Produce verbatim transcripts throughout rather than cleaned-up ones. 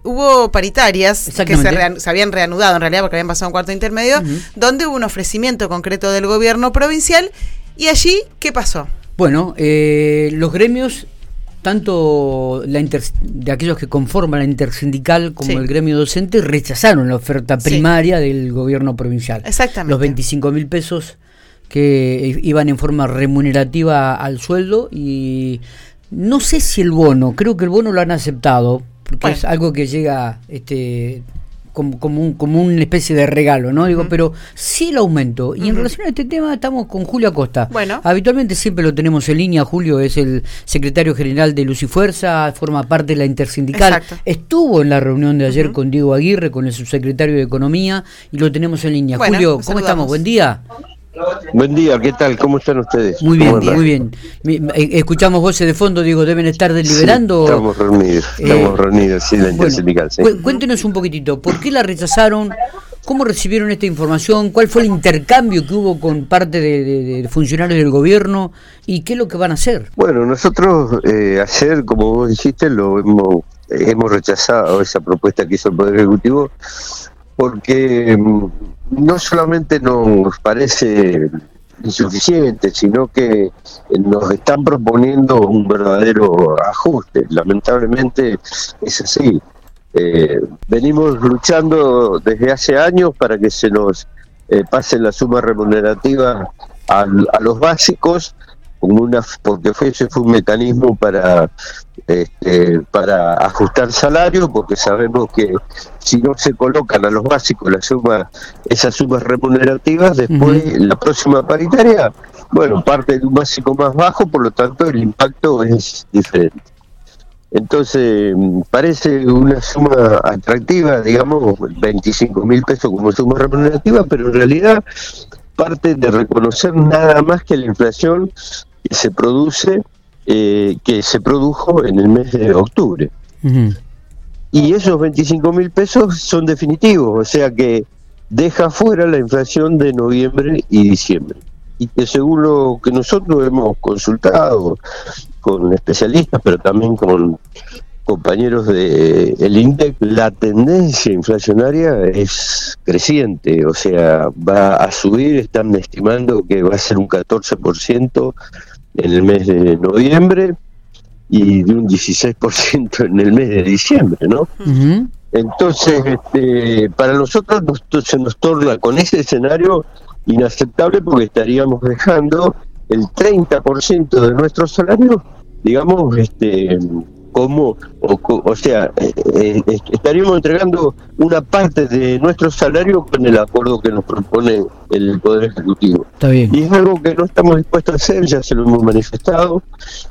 hubo paritarias que se, rean, se habían reanudado en realidad porque habían pasado un cuarto intermedio, uh-huh. donde hubo un ofrecimiento concreto del gobierno provincial. ¿Y allí qué pasó? Bueno, eh, los gremios, tanto la inter, de aquellos que conforman la intersindical como sí. el gremio docente, rechazaron la oferta primaria sí. del gobierno provincial. Exactamente. Los veinticinco mil pesos que iban en forma remunerativa al sueldo, y no sé si el bono, creo que el bono lo han aceptado, porque bueno. es algo que llega este como, como, un, como una especie de regalo, ¿no? Digo, uh-huh. pero sí el aumento. Y uh-huh. en relación a este tema estamos con Julio Acosta. Bueno. Habitualmente siempre lo tenemos en línea. Julio es el secretario general de Luz y Fuerza, forma parte de la intersindical. Exacto. Estuvo en la reunión de ayer uh-huh. con Diego Aguirre, con el subsecretario de Economía, y lo tenemos en línea. Bueno, Julio, ¿cómo estamos? Buen día. Buen día, ¿qué tal? ¿Cómo están ustedes? Muy bien, muy bien. Escuchamos voces de fondo, digo, deben estar deliberando. Sí, estamos reunidos, estamos eh, reunidos, sí, la intersindical. Bueno, sí. Cuéntenos un poquitito, ¿por qué la rechazaron? ¿Cómo recibieron esta información? ¿Cuál fue el intercambio que hubo con parte de, de, de funcionarios del gobierno? ¿Y qué es lo que van a hacer? Bueno, nosotros eh, ayer, como vos dijiste, lo hemos, hemos rechazado esa propuesta que hizo el Poder Ejecutivo, porque no solamente nos parece insuficiente, sino que nos están proponiendo un verdadero ajuste. Lamentablemente es así. Eh, venimos luchando desde hace años para que se nos eh, pase la suma remunerativa a, a los básicos, como una, porque fue, ese fue un mecanismo para este, para ajustar salario, porque sabemos que si no se colocan a los básicos la suma, esas sumas remunerativas, después uh-huh. la próxima paritaria, bueno, parte de un básico más bajo, por lo tanto el impacto es diferente. Entonces, parece una suma atractiva, digamos, veinticinco mil pesos como suma remunerativa, pero en realidad parte de reconocer nada más que la inflación que se produce, eh, que se produjo en el mes de octubre. Uh-huh. Y esos veinticinco mil pesos son definitivos, o sea que deja fuera la inflación de noviembre y diciembre. Y que según lo que nosotros hemos consultado con especialistas, pero también con compañeros de el INDEC, la tendencia inflacionaria es creciente, o sea, va a subir, están estimando que va a ser un catorce por ciento en el mes de noviembre y de un dieciséis por ciento en el mes de diciembre, ¿no? Uh-huh. Entonces, este, para nosotros nos, se nos torna con ese escenario inaceptable, porque estaríamos dejando el treinta por ciento de nuestro salario, digamos, este como o, o sea eh, eh, estaríamos entregando una parte de nuestro salario con el acuerdo que nos propone el Poder Ejecutivo. Está bien. Y es algo que no estamos dispuestos a hacer, ya se lo hemos manifestado,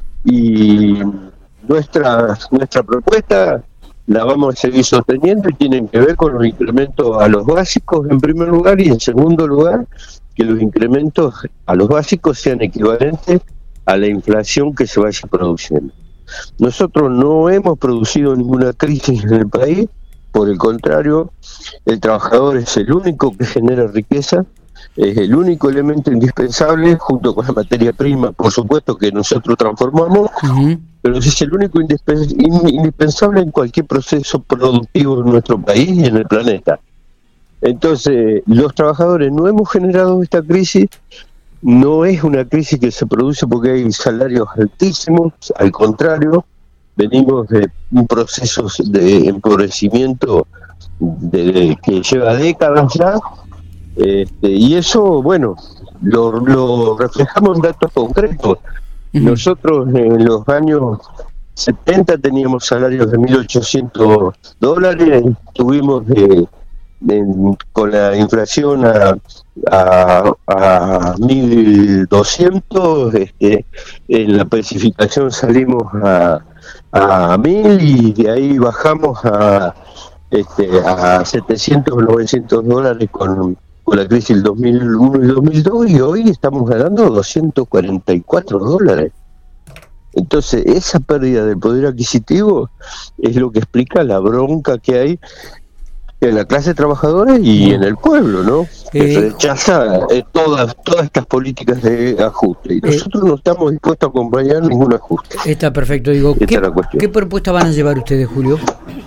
y nuestra nuestra propuesta la vamos a seguir sosteniendo, y tienen que ver con los incrementos a los básicos en primer lugar, y en segundo lugar que los incrementos a los básicos sean equivalentes a la inflación que se vaya produciendo. Nosotros no hemos producido ninguna crisis en el país, por el contrario, el trabajador es el único que genera riqueza, es el único elemento indispensable, junto con la materia prima, por supuesto, que nosotros transformamos, uh-huh. pero es el único indispensable en cualquier proceso productivo en nuestro país y en el planeta. Entonces, los trabajadores no hemos generado esta crisis. No es una crisis que se produce porque hay salarios altísimos, al contrario, venimos de un proceso de empobrecimiento de, de, que lleva décadas ya, este, y eso, bueno, lo, lo reflejamos en datos concretos. Uh-huh. Nosotros en los años setenta teníamos salarios de mil ochocientos dólares, tuvimos de... En, con la inflación a, a, a mil doscientos, este, en la especificación salimos a, a mil, y de ahí bajamos a, este, a setecientos o novecientos dólares con, con la crisis del dos mil uno y dos mil dos, y hoy estamos ganando doscientos cuarenta y cuatro dólares. Entonces, esa pérdida del poder adquisitivo es lo que explica la bronca que hay en la clase trabajadora y en el pueblo, ¿no? Que eh, rechaza eh, todas todas estas políticas de ajuste, y nosotros eh, no estamos dispuestos a acompañar ningún ajuste. Está perfecto, digo, ¿qué, ¿qué propuesta van a llevar ustedes, Julio?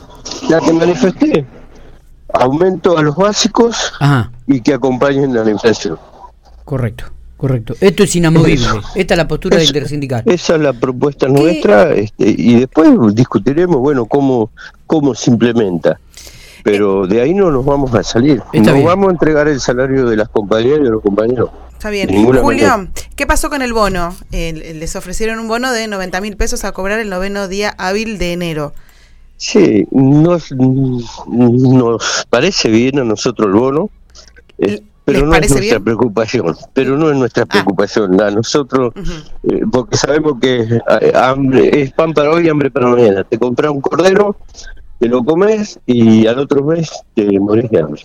la que manifesté, aumento a los básicos. Ajá. Y que acompañen a la inflación. Correcto, correcto. Esto es inamovible. Eso. Esta es la postura del intersindical. Esa es la propuesta ¿Qué? nuestra, este, y después discutiremos, bueno, cómo, cómo se implementa. Pero de ahí no nos vamos a salir. Está no bien. Vamos a entregar el salario de las compañeras y de los compañeros. Está bien. Julio, manera. ¿Qué pasó con el bono? Eh, les ofrecieron un bono de noventa mil pesos a cobrar el noveno día hábil de enero. Sí, nos, nos parece bien a nosotros el bono, eh, pero no es nuestra bien? preocupación, pero no es nuestra preocupación, ah. a nosotros, uh-huh. eh, porque sabemos que eh, hambre, es pan para hoy y hambre para mañana. Te compras un cordero, te lo comes y al otro mes te morís de hambre.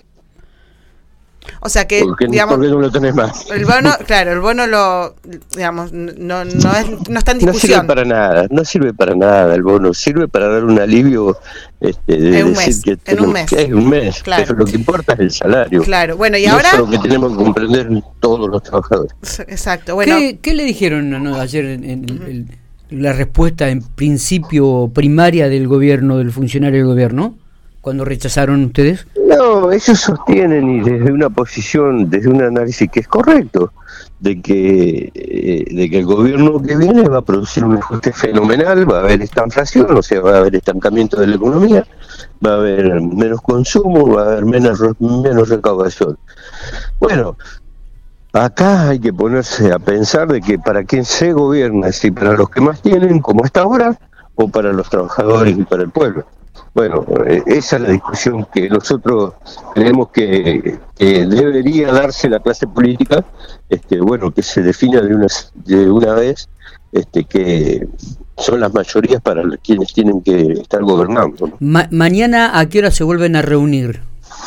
O sea que, porque, digamos, porque no lo tenés más. El bono, claro, el bono lo, digamos, no, no, es, no está en discusión. No sirve para nada, no sirve para nada el bono, sirve para dar un alivio, este, de en un decir mes, que en tenemos, un mes. Que es un mes, claro. Eso lo que importa es el salario. Claro, bueno, y, y ahora... eso es lo que tenemos que comprender todos los trabajadores. Exacto, bueno. ¿Qué, qué le dijeron no, ayer en, en uh-huh. el, la respuesta en principio primaria del gobierno, del funcionario del gobierno, cuando rechazaron ustedes? No, ellos sostienen, y desde una posición, desde un análisis que es correcto, de que eh, de que el gobierno que viene va a producir un ajuste fenomenal, va a haber esta inflación, o sea, va a haber estancamiento de la economía, va a haber menos consumo, va a haber menos, menos recaudación. Bueno, acá hay que ponerse a pensar de que para quién se gobierna, si para los que más tienen, como hasta ahora, o para los trabajadores y para el pueblo. Bueno, esa es la discusión que nosotros creemos que, que debería darse la clase política, este, bueno, que se defina de una, de una vez este, que son las mayorías para quienes tienen que estar gobernando, ¿no? Ma- mañana, ¿a qué hora se vuelven a reunir?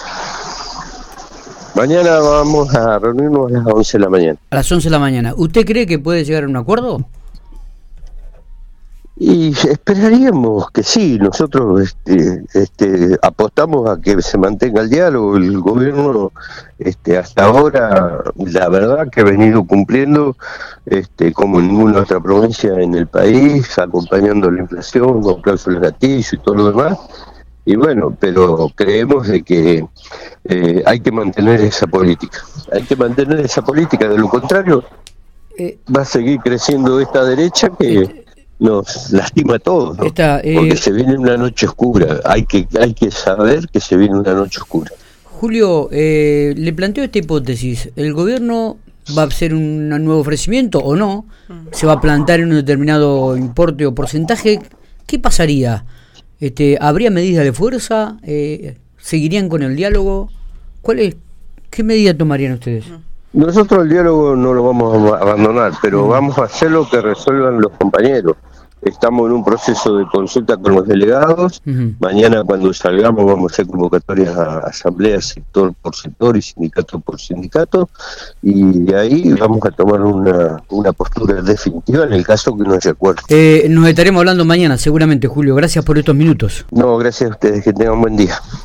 Mañana vamos a reunirnos a las once de la mañana. A las once de la mañana. ¿Usted cree que puede llegar a un acuerdo? Y esperaríamos que sí, nosotros este, este, apostamos a que se mantenga el diálogo. El gobierno este, hasta ahora, la verdad que ha venido cumpliendo, este, como en ninguna otra provincia en el país, acompañando la inflación con cláusulas gatillo y todo lo demás. Y bueno, pero creemos de que eh, hay que mantener esa política, hay que mantener esa política, de lo contrario eh, va a seguir creciendo esta derecha que... Eh, nos lastima a todos, ¿no? Esta, eh, porque se viene una noche oscura, hay que hay que saber que se viene una noche oscura. Julio, eh, le planteo esta hipótesis, ¿el gobierno va a hacer un nuevo ofrecimiento o no? ¿Se va a plantar en un determinado importe o porcentaje? ¿Qué pasaría? Este, ¿Habría medidas de fuerza? Eh, ¿Seguirían con el diálogo? ¿Cuál es, ¿Qué medida tomarían ustedes? Nosotros el diálogo no lo vamos a abandonar, pero uh-huh. vamos a hacer lo que resuelvan los compañeros. Estamos en un proceso de consulta con los delegados. Uh-huh. Mañana cuando salgamos vamos a hacer convocatorias a asambleas sector por sector y sindicato por sindicato, y de ahí vamos a tomar una, una postura definitiva en el caso que no haya acuerdo. Eh, nos estaremos hablando mañana seguramente, Julio. Gracias por estos minutos. No, gracias a ustedes, que tengan un buen día.